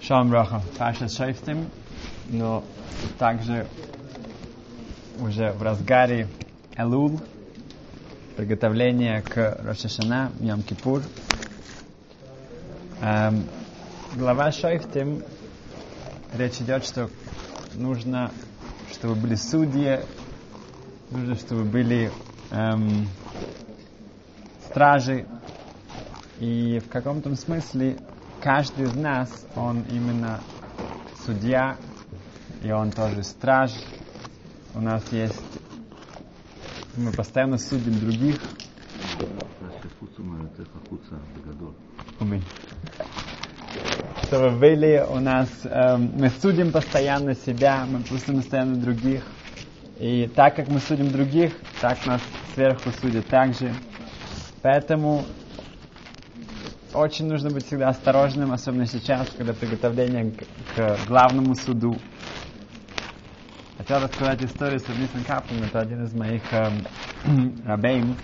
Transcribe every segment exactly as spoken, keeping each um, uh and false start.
Шалом браха, Паша Шейфтим, но также уже в разгаре Элул, приготовление к Рош ха-Шана, Йом-Кипур. Эм, глава Шейфтим, речь идет, что нужно, чтобы были судьи, нужно, чтобы были эм, стражи, и в каком-то смысле каждый из нас, он именно судья, и он тоже страж. У нас есть... Мы постоянно судим других. Чтобы были у нас... Эм, мы судим постоянно себя, мы судим постоянно других. И так как мы судим других, так нас сверху судят также. Поэтому... Очень нужно быть всегда осторожным, особенно сейчас, когда приготовление к, к главному суду. Хотел рассказать историю с Равнисом Капланом, это один из моих эм, рабеим.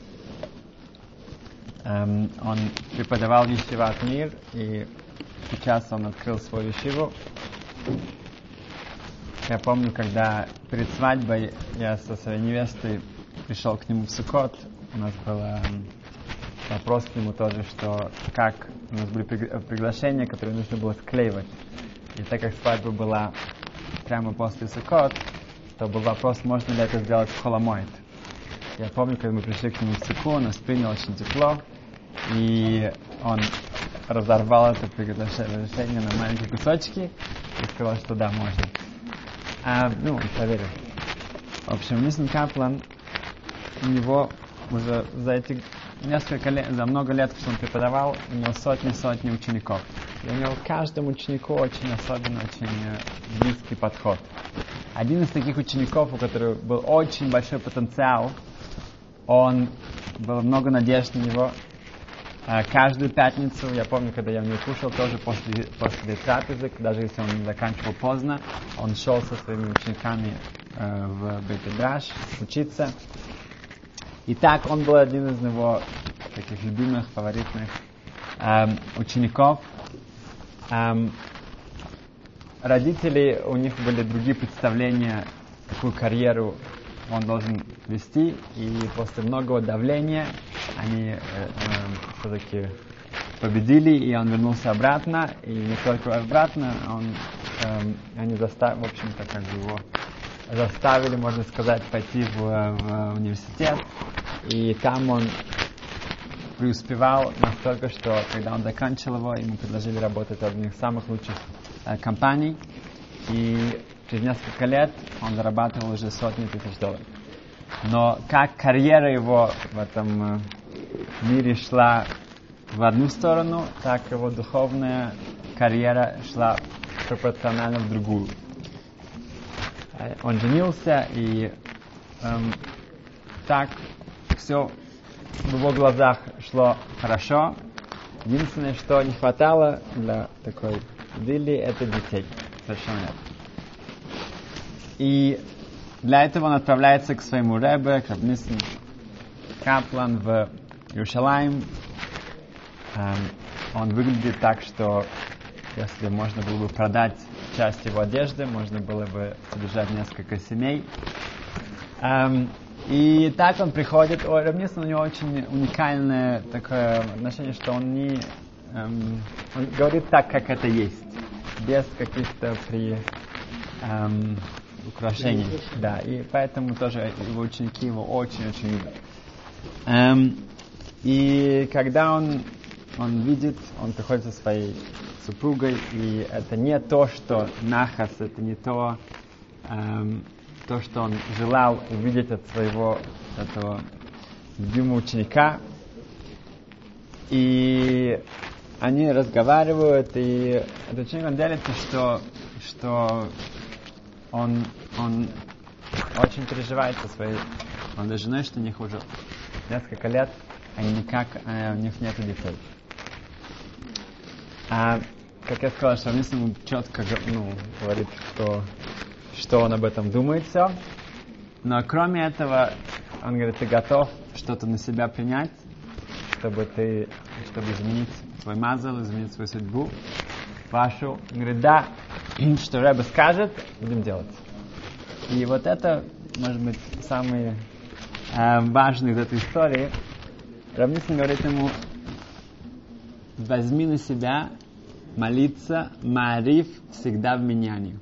Эм, он преподавал в Ешиват Мир, и сейчас он открыл свою ешиву. Я помню, когда перед свадьбой я со своей невестой пришел к нему в Суккот, у нас было... Эм, вопрос к нему тоже, что как у нас были приглашения, которые нужно было склеивать. И так как свадьба была прямо после Суккот, то был вопрос, можно ли это сделать в Холомойд. Я помню, когда мы пришли к нему в Суку, он нас принял очень тепло, и он разорвал это приглашение на маленькие кусочки и сказал, что да, можно. А, ну, он поверил. В общем, Нисан Каплан, у него уже за эти несколько лет, за много лет, что он преподавал, у него сотни-сотни учеников. И у него к каждому ученику очень особенно, очень близкий подход. Один из таких учеников, у которого был очень большой потенциал, он, было много надежд на него. Каждую пятницу, я помню, когда я в него кушал, тоже после, после трапезы, даже если он заканчивал поздно, он шел со своими учениками э, в Бейт-Мидраш учиться. И так он был один из его таких любимых, фаворитных эм, учеников. Эм, родители, у них были другие представления, какую карьеру он должен вести. И после многого давления они э, э, все-таки победили, и он вернулся обратно. И не только обратно, он, э, они заставили, в общем-то, как бы его заставили, можно сказать, пойти в, в университет. И там он преуспевал настолько, что когда он заканчивал его, ему предложили работать в одной из самых лучших э, компаний. И через несколько лет он зарабатывал уже сотни тысяч долларов. Но как карьера его в этом э, мире шла в одну сторону, так его духовная карьера шла пропорционально в другую. Э, он женился, и э, так все в его глазах шло хорошо. Единственное, что не хватало для такой идиллии, это детей. Совершенно нет. И для этого он отправляется к своему ребе, к Равнису Каплан в Иерушалаим. Эм, он выглядит так, что если можно было бы продать часть его одежды, можно было бы содержать несколько семей. Эм, И так он приходит, ой, Равнис, у него очень уникальное такое отношение, что он не... Эм, он говорит так, как это есть, без каких-то при эм, украшений. Да, и поэтому тоже его ученики его очень-очень любят. Эм, и когда он, он видит, он приходит со своей супругой, и это не то, что нахас, это не то... Эм, то, что он желал увидеть от своего этого любимого ученика. И они разговаривают, и этот ученик, он делится, что, что он, он очень переживает со своей молодой женой, что у них уже несколько лет, они никак, э, у них нет детей. А, как я сказал, что он четко ну, говорит, что что он об этом думает все. Но кроме этого, он говорит, ты готов что-то на себя принять, чтобы ты, чтобы изменить свой мазал, изменить свою судьбу. вашу? Он говорит, да, что Ребе скажет, будем делать. И вот это, может быть, самый э, важный из этой истории. Рав Нисан говорит ему, возьми на себя молиться Маариф всегда в миньяне.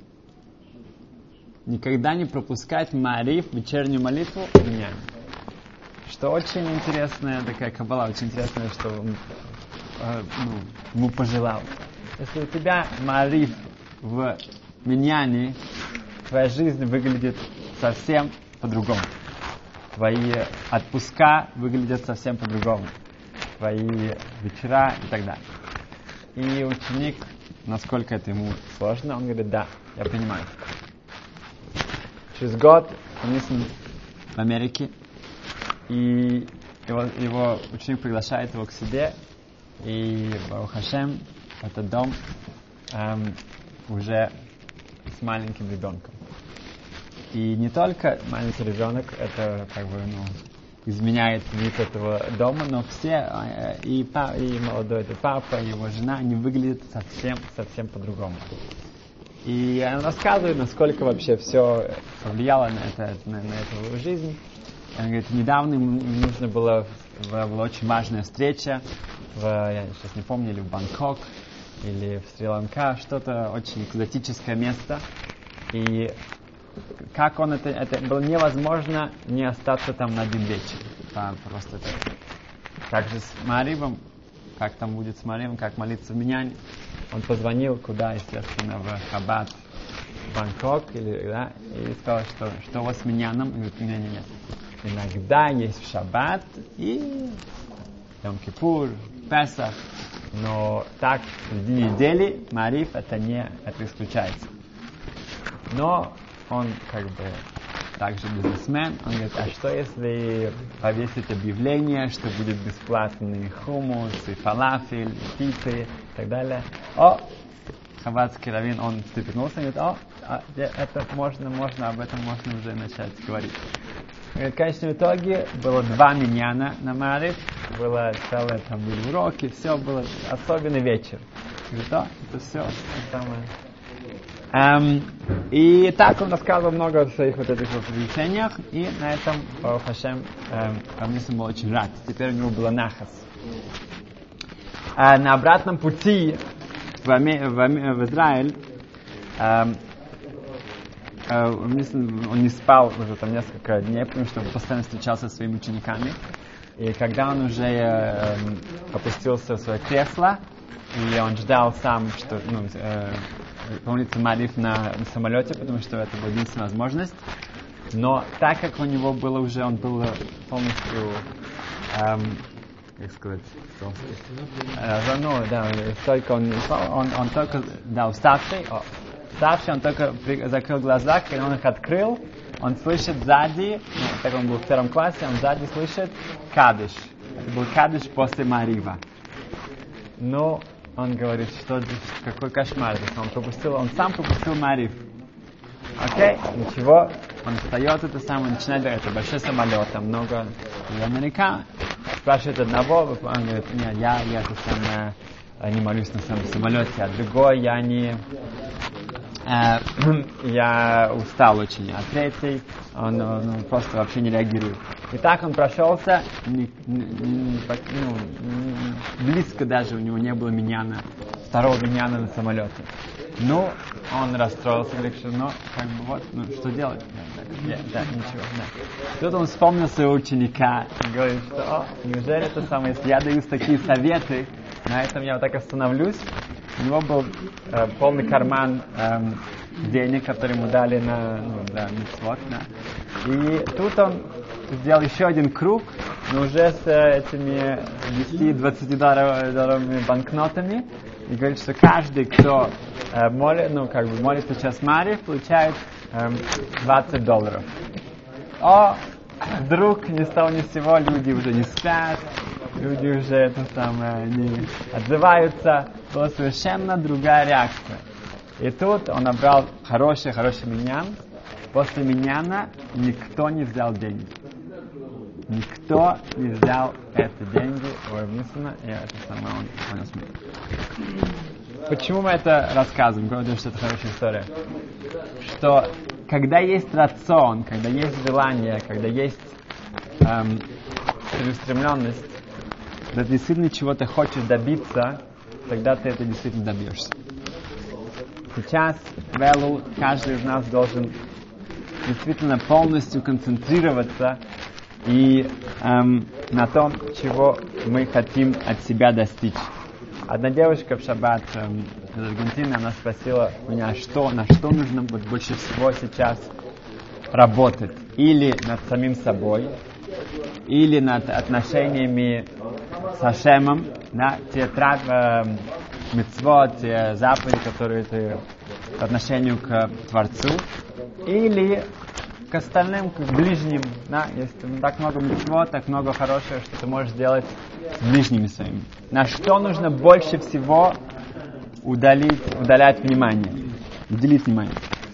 Никогда не пропускать Маариф, вечернюю молитву, в миньяне. Что очень интересная такая каббала, очень интересная, что он э, ну, ему пожелал. Если у тебя Маариф в миньяне, твоя жизнь выглядит совсем по-другому. Твои отпуска выглядят совсем по-другому. Твои вечера и так далее. И ученик, насколько это ему сложно, он говорит, да, я понимаю. Через год он в Америке, и его, его ученик приглашает его к себе, и Барух Хашем, этот дом эм, уже с маленьким ребенком. И не только маленький ребенок, это как бы, ну, изменяет вид этого дома, но все, и, папа, и молодой и папа, и его жена, они выглядят совсем, совсем по-другому. И он рассказывает, насколько вообще все повлияло на, это, на, на эту жизнь. Он говорит, недавно ему нужно было, была очень важная встреча, в, я сейчас не помню, или в Бангкок, или в Шри-Ланка, что-то очень экзотическое место. И как он это, это было невозможно не остаться там на один вечер. Там просто это. Как же с Маарифом, как там будет с Маарифом, как молиться в миньяне. Он позвонил куда, естественно, в Хабад, в Бангкок, или, да, и сказал, что, что у вас с миньяном? Он говорит, нет, нет, нет. Иногда есть в Шаббат и Йом-Кипур, Песах, но так в дни недели Маариф это не это исключается. Но он как бы также бизнесмен, он говорит, а что если повесить объявление, что будет бесплатный хумус, и фалафель, и пиццы, и так далее. О, хаббатский раввин, он встрепенулся и говорит, о, это можно, можно, об этом можно уже начать говорить. В конечном итоге было два миньяна на Маариф, было целое, там были уроки, все было, особенный вечер. Говорит, о, это все, это самое. Um, и так он рассказывал много о своих вот этих вот приключениях, и на этом Барух Хашем Рав Нисан был очень рад. Теперь у него было нахас. Uh, на обратном пути в, Аме, в, Аме, в Израиль um, uh, он не спал уже там несколько дней, потому что он постоянно встречался со своими учениками. И когда он уже uh, опустился в свое кресло, и он ждал сам, что ну, uh, помнится Маариф на, на самолете, потому что это была единственная возможность. Но так как у него было уже, он был полностью, эм, как сказать, э, ну, да, столько он, он, он только, да, уставший, о, уставший, он только при, закрыл глаза, когда он их открыл, он слышит сзади, ну, так он был в первом классе, он сзади слышит кадыш. Это был кадыш после Маарива. Но он говорит, что какой кошмар, он пропустил, он сам пропустил Маариф. Окей, ничего, он встает, это самое, начинает, это большой самолет, там много американцев, спрашивает одного, он говорит, нет, я, я это самое, не молюсь на самом самолете, а другой, я не, э, я устал очень, а третий, он, он, он просто вообще не реагирует. И так он прошелся, не, не, не, ну, не, близко даже у него не было миньяна, второго миньяна на самолете. Ну, он расстроился, говорит, что, ну, как бы вот, ну, что делать? Да, да, да, ничего, да. Тут он вспомнил своего ученика и говорит, что, о, неужели это самое, если я даю такие советы, на этом я вот так остановлюсь. У него был э, полный карман э, денег, которые ему дали на, ну, да, мицвот, да. И тут он сделал еще один круг, но уже с этими десяти-двадцатидолларовыми банкнотами, и говорит, что каждый, кто э, молит, ну, как бы молится сейчас Маариф, получает э, двадцать долларов. О, вдруг ни с того ни с сего люди уже не спят, люди уже это самое, не отзываются, была совершенно другая реакция. И тут он набрал хороший-хороший миньян. После миньяна никто не взял деньги. Никто не взял эти деньги у Рав Нисана, и это самое он понес. почему мы это рассказываем? Говорю, что это хорошая история. Что когда есть рацион, когда есть желание, когда есть эм, целеустремленность, когда ты действительно чего-то хочешь добиться, тогда ты это действительно добьешься. Сейчас в Элул каждый из нас должен действительно полностью концентрироваться и эм, на том, чего мы хотим от себя достичь. Одна девушка в шаббат эм, из Аргентины, она спросила меня, что, на что нужно вот больше всего сейчас работать. Или над самим собой, или над отношениями с Ашемом, да, те трат, э, мицвот, те заповеди, которые ты по отношению к Творцу, или к остальным, к ближним, да, есть так много мицвот, так много хорошего, что ты можешь сделать с ближними своими. На что нужно больше всего удалить, удалять внимание, уделить внимание.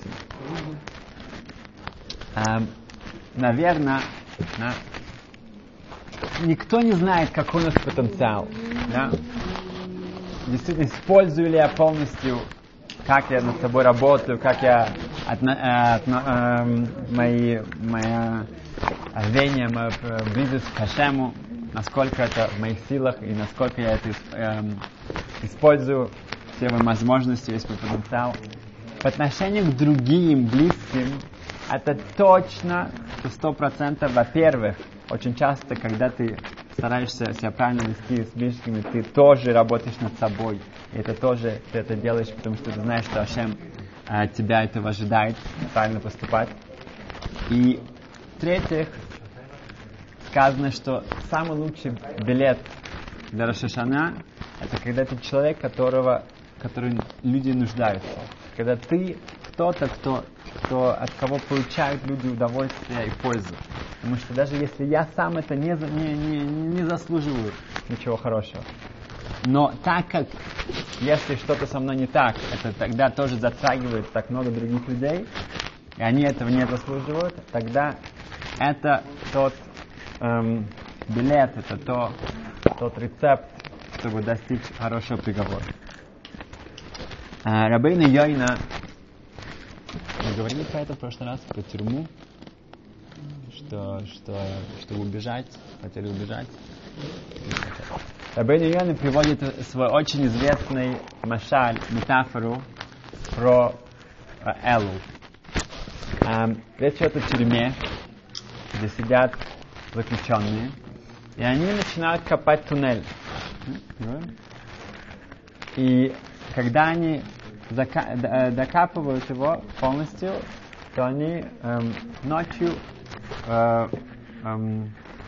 Эм, наверное, да, никто не знает, какой у нас потенциал. Да? Действительно, использую ли я полностью, как я над собой работаю, как я отно, э, отно, э, мои, моя рвение, моя близость к Хашему, насколько это в моих силах и насколько я это э, использую, все мои возможности, весь мой потенциал. По отношению к другим, близким, это точно сто процентов, во-первых, очень часто, когда ты стараешься себя правильно вести с близкими, ты тоже работаешь над собой. И это тоже ты это делаешь, потому что ты знаешь, что Ашем э, тебя этого ожидает, правильно поступать. И в-третьих, сказано, что самый лучший билет для Рош ха-Шана — это когда ты человек, которого, который люди нуждаются. Когда ты кто-то, кто, кто, от кого получают люди удовольствие и пользу. Потому что даже если я сам это не, не, не, не заслуживаю ничего хорошего, но так как если что-то со мной не так, это тогда тоже затрагивает так много других людей, и они этого не заслуживают, тогда это тот эм, билет, это то, тот рецепт, чтобы достичь хорошего приговора. А, Рабейну Йойна, мы говорили про это в прошлый раз, про тюрьму, что, что, чтобы убежать, хотели убежать. Рабейну Йойна приводит свой очень известный машаль, метафору про э, Элул. Эм, речь идет о тюрьме, где сидят заключенные, и они начинают копать туннель. И когда они зака- докапывают его полностью, то они эм, ночью э, эм,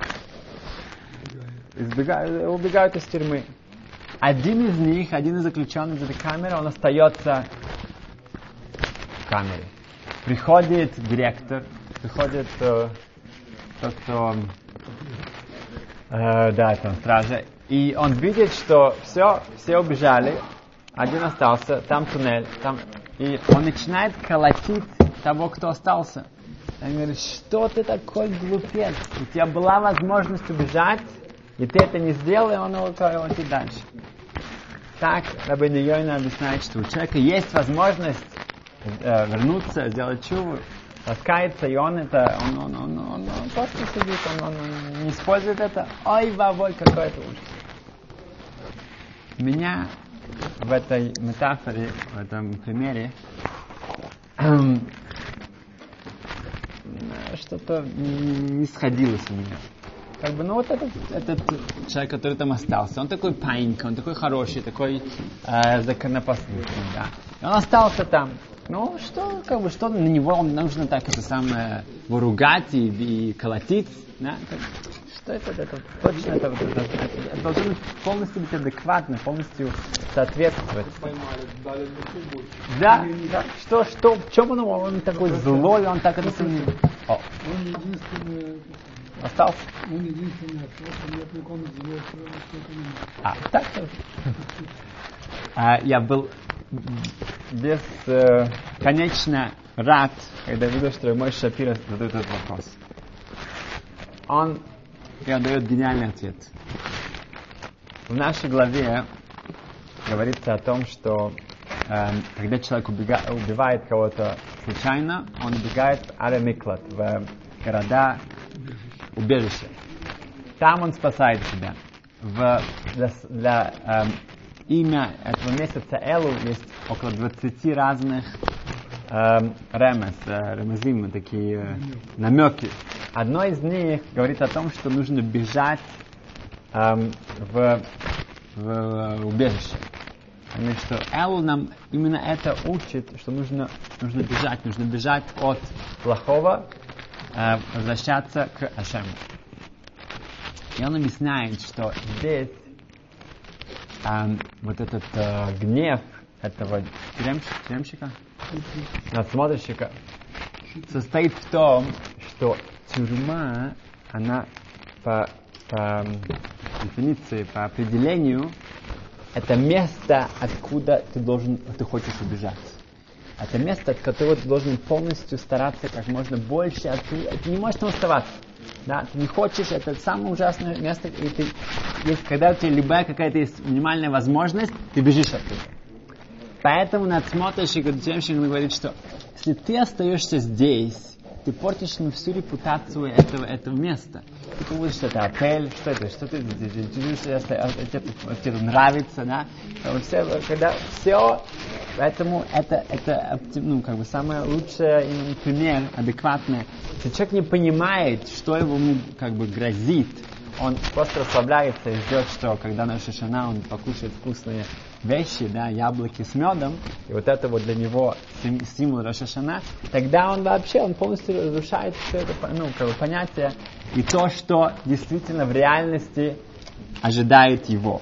избегают, убегают из тюрьмы. Один из них, один из заключенных из этой камеры, он остается в камере. Приходит директор, приходит э, тот, кто э, да, там стража, и он видит, что все, все убежали, один остался, там туннель, там, и он начинает колотить того, кто остался. Он говорит, что ты такой глупец? У тебя была возможность убежать, и ты это не сделал, и он его колотит дальше. Так Рабейну Йойна объясняет, что у человека есть возможность э, вернуться, сделать чуву, раскаяться, и он это, он, он, он, он, он просто сидит, он, он, он не использует это. Ой, вовой, какой это ужас. Меня в этой метафоре, в этом примере, эм, что-то не сходилось у меня. Как бы, ну вот этот, этот человек, который там остался, он такой паинька, он такой хороший, такой э, законопослушный, да. И он остался там. Ну, что, как бы, что на него нужно так это самое ругать и, и колотить, да? Что это, это точно, это, это, это, это должно быть полностью быть адекватно, полностью соответствовать. Да, да, что, что, в чем он, он такой злой, он так это сильно... О. Он единственный... Остался? Он единственный остался, мне прикольно сделать, что это не... А, так тоже. а, Я был бесконечно э, рад, когда видел, что мой Шапира задает этот вопрос. Он и он дает гениальный ответ. В нашей главе говорится о том, что э, когда человек убега, убивает кого-то случайно, он убегает в Аре-Миклат, в города убежище. Там он спасает себя. В, для для э, имя этого месяца Элул есть около двадцати разных э, ремес, э, ремезим, такие э, намеки. Одно из них говорит о том, что нужно бежать э, в, в, в убежище. Он говорит, что Элул нам именно это учит, что нужно, нужно бежать, нужно бежать от плохого, э, возвращаться к Ашему. И он объясняет, что здесь э, вот этот э, гнев этого тюремщика, тюремщика? надсмотрщика состоит в том, что тюрьма, она по, по дефиниции, по определению, это место, откуда ты должен, ты хочешь убежать. Это место, от которого ты должен полностью стараться как можно больше оттуда. Ты не можешь там оставаться. Да, ты не хочешь, это самое ужасное место, и ты, есть, когда у тебя любая какая-то есть минимальная возможность, ты бежишь оттуда. Поэтому надсмотрщик, тюремщик говорит, что если ты остаешься здесь, ты портишь ну, всю репутацию этого, этого места. Ты думаешь, что это отель, что это, что ты, ты, ты, ты, ты, тебе нравится, да? Все, когда все, поэтому это, это ну, как бы самое лучшее именно пример, адекватное. Если человек не понимает, что ему как бы грозит, он просто расслабляется и ждет, что когда на Шишана он покушает вкусные вещи, да, яблоки с медом, и вот это вот для него стимул Рош ха-Шана, тогда он вообще, он полностью разрушает все это, ну, как бы понятие и то, что действительно в реальности ожидает его.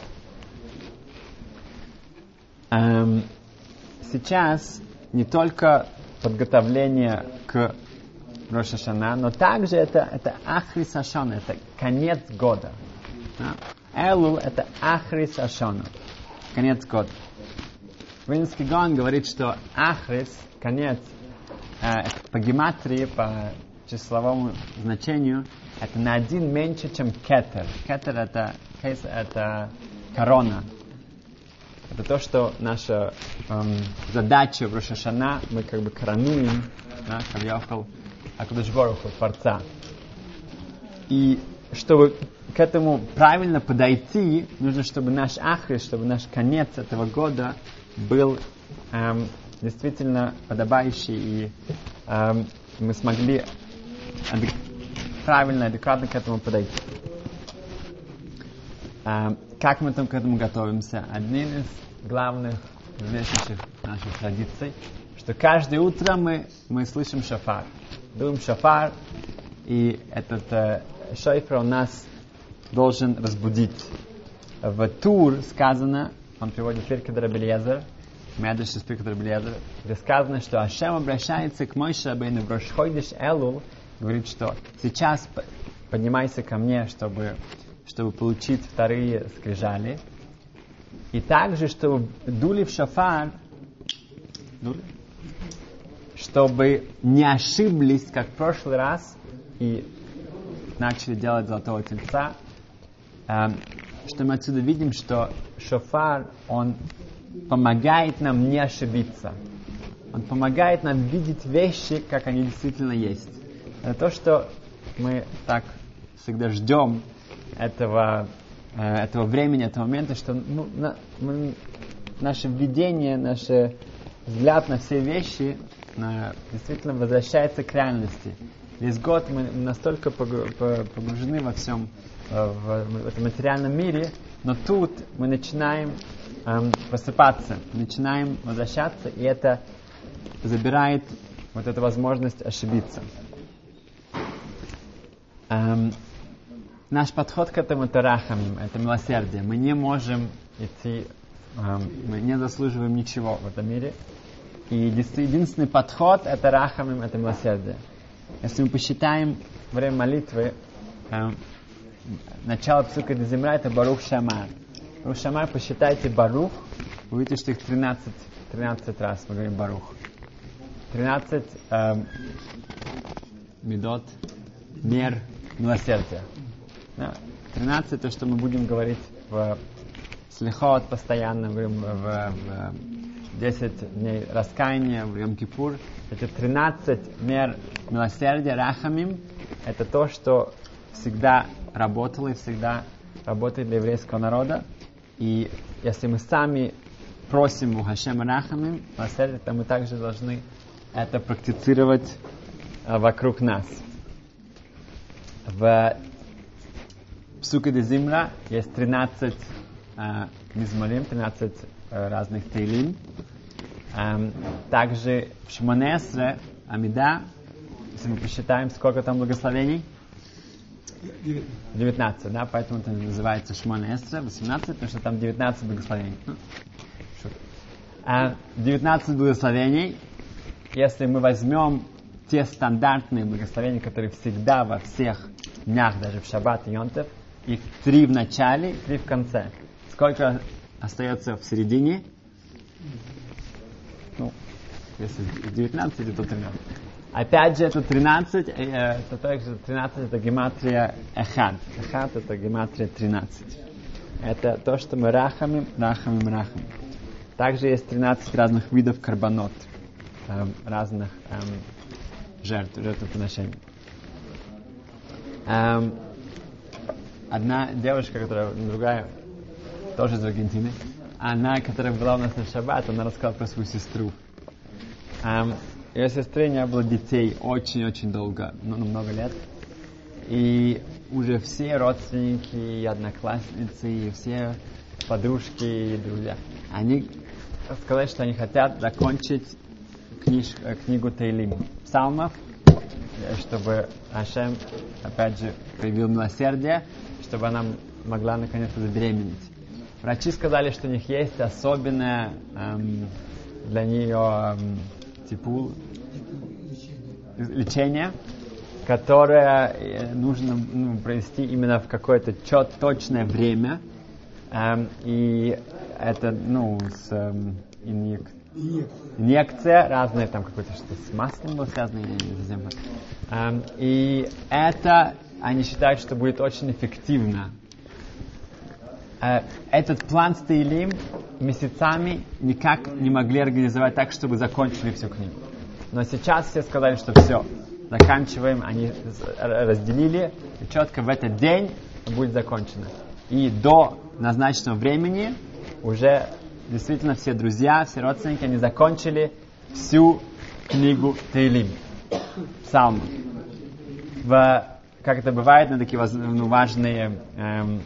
Эм, сейчас не только подготовление к Рош ха-Шана, но также это, это Ахрис ха-Шана, это конец года. Да? Элул это Ахрис ха-Шана, конец года. Вильнюсский Гаон говорит, что Ахрис, конец, э, по гематрии, по числовому значению, это на один меньше, чем кетер. Кетер это, это корона. Это то, что наша эм, задача в Рош ха-Шана, мы как бы коронуем, да, Кавьяхал Акадош Барух Ху, Творца. И чтобы к этому правильно подойти, нужно, чтобы наш Ахрис, чтобы наш конец этого года был эм, действительно подобающий, и эм, мы смогли адек- правильно, адекватно к этому подойти. Эм, как мы там к этому готовимся? Одним из главных, известнейших наших традиций, что каждое утро мы, мы слышим шофар. Дуем шофар, и этот э, шофар у нас должен разбудить. В Тур сказано, он приводит Пиркей Раби Элиэзер, Медреш из Пиркей Раби Элиэзер, где сказано, что Ашем обращается к Моше Рабейну в Рош ходеш Элул, говорит, что сейчас поднимайся ко мне, чтобы, чтобы получить вторые скрижали. И также, чтобы дули в шофар, дули? Чтобы не ошиблись, как в прошлый раз, и начали делать золотого тельца, эм, что мы отсюда видим, что шофар, он помогает нам не ошибиться. Он помогает нам видеть вещи, как они действительно есть. Это то, что мы так всегда ждем этого, э, этого времени, этого момента, что ну, на, мы, наше видение, наш взгляд на все вещи действительно возвращается к реальности. Весь год мы настолько погружены во всем, в, в этом материальном мире, но тут мы начинаем эм, просыпаться, начинаем возвращаться, и это забирает вот эту возможность ошибиться. Эм, наш подход к этому это рахамим, это милосердие. Мы не можем идти, эм, мы не заслуживаем ничего в этом мире. И единственный подход это рахамим, это милосердие. Если мы посчитаем время молитвы, э, начало псука до земля это Барух Шамар. Барух Шамар, посчитайте Барух, вы увидите, что их тринадцать, тринадцать раз мы говорим Барух. тринадцать э, медот, мер милосердия. Да. тринадцать то, что мы будем говорить в слихот постоянно, в, в, в десять дней раскаяния, в Йом-Кипур. Эти тринадцать мер милосердия, рахамим, это то, что всегда работало и всегда работает для еврейского народа. И если мы сами просим у Хашема рахамим, милосердия, то мы также должны это практицировать а, вокруг нас. В Псуке де Зимра есть тринадцать а, мизморим, тринадцать а, разных тейлим. А, также в Шмоне Эсре, Амида, если мы посчитаем, сколько там благословений? девятнадцать, да, поэтому это называется Шмоне Эсре, восемнадцать, потому что там девятнадцать благословений. А, девятнадцать благословений, если мы возьмем те стандартные благословения, которые всегда во всех днях, даже в шаббат и йонтов, их три в начале, три в конце. Сколько остается в середине? Ну, если девятнадцать, то тринадцать. Опять же, это тринадцать, э, это также тринадцать, это гематрия эхад. Эхад это гематрия тринадцать. Это то, что мы рахамим, рахамим, рахамим. Также есть тринадцать разных видов карбонот, э, разных э, жертв, жертвоприношений. Э, одна девушка, которая, другая, тоже из Аргентины, она, которая была у нас на шаббат, она рассказала про свою сестру. Э, Ее сестре не было детей очень-очень долго, ну, много лет. И уже все родственники, и одноклассницы, и все подружки и друзья, они сказали, что они хотят закончить книж, книгу Тейлим, псалмов, чтобы Ашем, опять же, проявил милосердие, чтобы она могла наконец-то забеременеть. Врачи сказали, что у них есть особенное эм, для нее эм, типу лечение, которое нужно ну, провести именно в какое-то чет, точное время. Эм, и это, ну, с эм, инъек... инъекция разные, там какое-то что-то с маслом было связано, я не совсем. Эм, и это, они считают, что будет очень эффективно. Э, этот план с Тейлим месяцами никак не могли организовать так, чтобы закончили всю книгу. Но сейчас все сказали, что все, заканчиваем, они разделили, и четко в этот день будет закончено. И до назначенного времени уже действительно все друзья, все родственники, они закончили всю книгу Тейлим, псалмы. В, как это бывает, на такие ну, важные эм,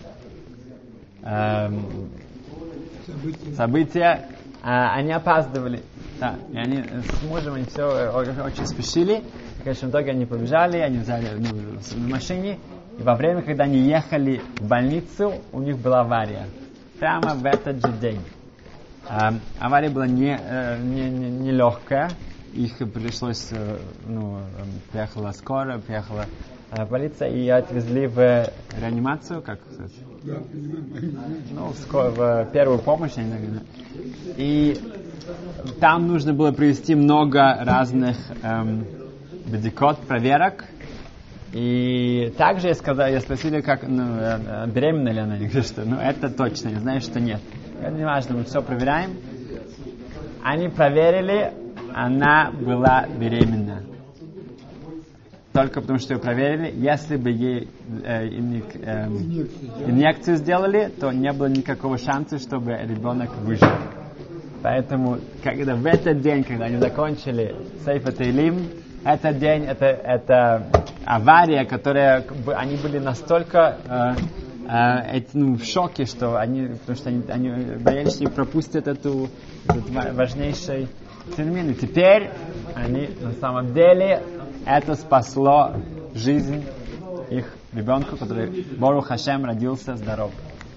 эм, события, события а, они опаздывали. Да, и они с мужем, они все очень, очень спешили. В конечном итоге они побежали, они взяли ну, в машине. И во время, когда они ехали в больницу, у них была авария. Прямо в этот же день. А, авария была не, не, не, не легкая. Их пришлось, ну, приехала скорая, приехала а, полиция, и отвезли в реанимацию, как сказать? Да, ну, в, в первую помощь, наверное. И там нужно было провести много разных эм, бедикот, проверок. И также я сказал, я спросили, как, ну, беременна ли она, или что. Ну, это точно, я знаю, что нет. Это не важно, мы все проверяем. Они проверили, она была беременна. Только потому, что ее проверили. Если бы ей э, инъек, э, инъекцию сделали, то не было никакого шанса, чтобы ребенок выжил. Поэтому, когда в этот день, когда они закончили Сейфа Тейлим, этот день, это, это авария, которая, они были настолько э, э, ну, в шоке, что они, потому что они, они боялись, что пропустят эту, этот важнейший термин. И теперь они, на самом деле, это спасло жизнь их ребенку, который, Борух Хашем, родился здоров.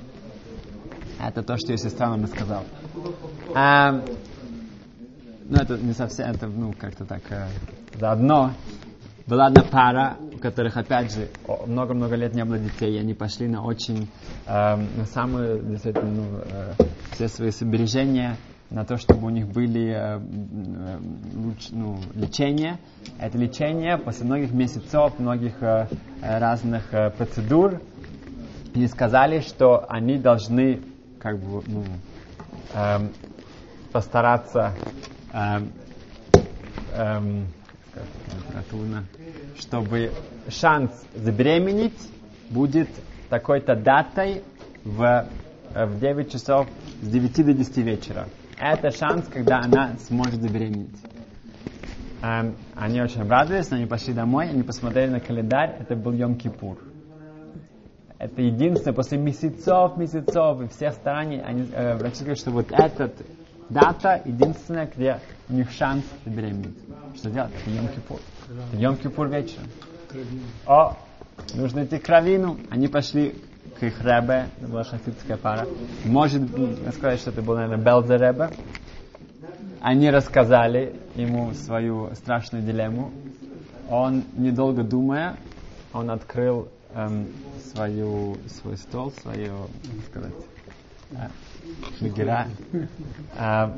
Это то, что ее сестра нам рассказала. А, ну, это не совсем, это, ну, как-то так, э, заодно. Была одна пара, у которых, опять же, много-много лет не было детей, и они пошли на очень, э, на самые, действительно, ну, э, все свои сбережения, на то, чтобы у них были э, э, луч, ну, лечения. Это лечение после многих месяцев, многих э, разных э, процедур. Они сказали, что они должны как бы, ну, эм, постараться эм, эм, как трудно, чтобы шанс забеременеть будет такой-то датой в, в девять часов с девяти до десяти вечера. Это шанс, когда она сможет забеременеть. Эм, они очень обрадовались, но они пошли домой, они посмотрели на календарь, это был Йом-Кипур. Это единственное, после месяцев, месяцев и всех стараний, они, э, врачи говорят, что вот эта дата единственная, где у них шанс забеременеть. Что делать? Это Йом-Кипур. Это Йом-Кипур вечером. О, нужно идти к раввину. Они пошли к их ребе, это была шафитская пара. Может сказать, что это был, наверное, Белзе ребе. Они рассказали ему свою страшную дилемму. Он, недолго думая, он открыл эм, свою, свой стол, свою, как сказать, э, мегера. Э,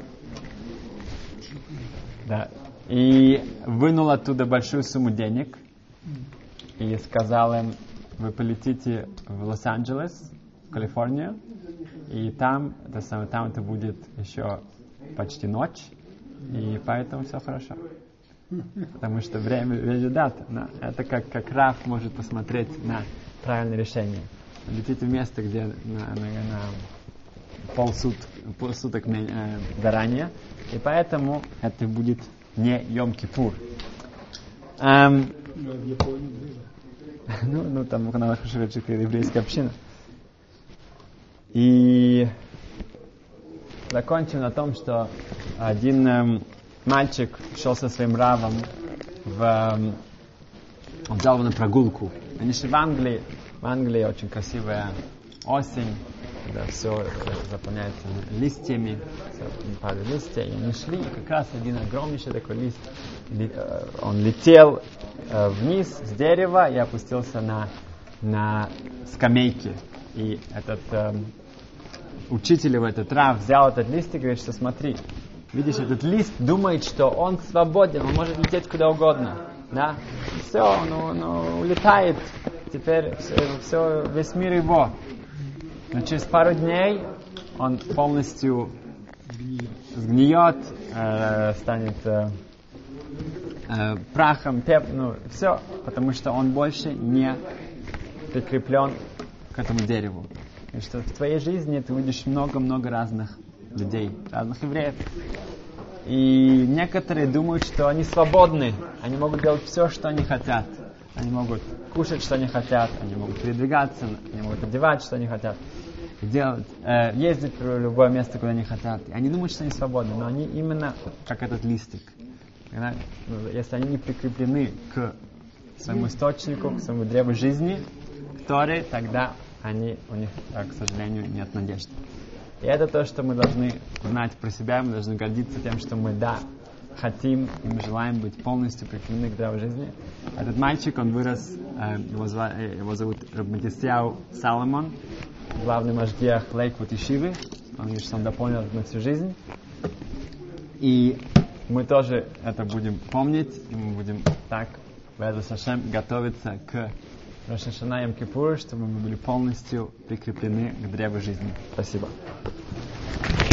да. И вынул оттуда большую сумму денег и сказал им: вы полетите в Лос-Анджелес, в Калифорнию, и там это, самое, там это будет еще почти ночь, и поэтому все хорошо. Потому что время, время дата. Да, это как, как Раф может посмотреть на правильное решение. Летите в место, где на, на, на полсут, полсуток э, заранее, и поэтому это будет не Йом-Кипур. Эм, В Японии было. ну, ну, там у нас живет еврейская община. И закончим на том, что один эм, мальчик шел со своим равом, в, эм, он взял его на прогулку. Они шли в Англии, в Англии очень красивая осень, когда все заполняется листьями, все падают листья, и они шли, и как раз один огромнейший такой лист, ли, э, он летел э, вниз с дерева и опустился на, на скамейке. И этот э, учитель его, этот Рав, взял этот лист и говорит, что смотри, видишь, этот лист думает, что он свободен, он может лететь куда угодно, да, все, ну, ну улетает, теперь все, все, весь мир его. Но через пару дней он полностью сгниет, э, станет э, э, прахом, пеп, ну, все, потому что он больше не прикреплен к этому дереву. И что в твоей жизни ты увидишь много-много разных людей, разных евреев. И некоторые думают, что они свободны, они могут делать все, что они хотят. Они могут кушать, что они хотят, они могут передвигаться, они могут одевать, что они хотят, делать, э, ездить в любое место, куда они хотят. И они думают, что они свободны, но они именно как этот листик. Когда, ну, если они не прикреплены к своему источнику, к своему древу жизни, к Торе, тогда они, у них, к сожалению, нет надежды. И это то, что мы должны знать про себя, мы должны гордиться тем, что мы, да, хотим и мы желаем быть полностью прикреплены к древу жизни. Этот мальчик, он вырос, э, его, зва, э, его зовут Матисьяу Соломон, главный машгиах Лейквуд Ешивы. Он говорит, что он дополнил это на всю жизнь. И мы тоже это будем помнить, и мы будем так, Бе'эзрат Ашем, готовиться к Рош ха-Шана Йом-Кипур, чтобы мы были полностью прикреплены к древу жизни. Спасибо.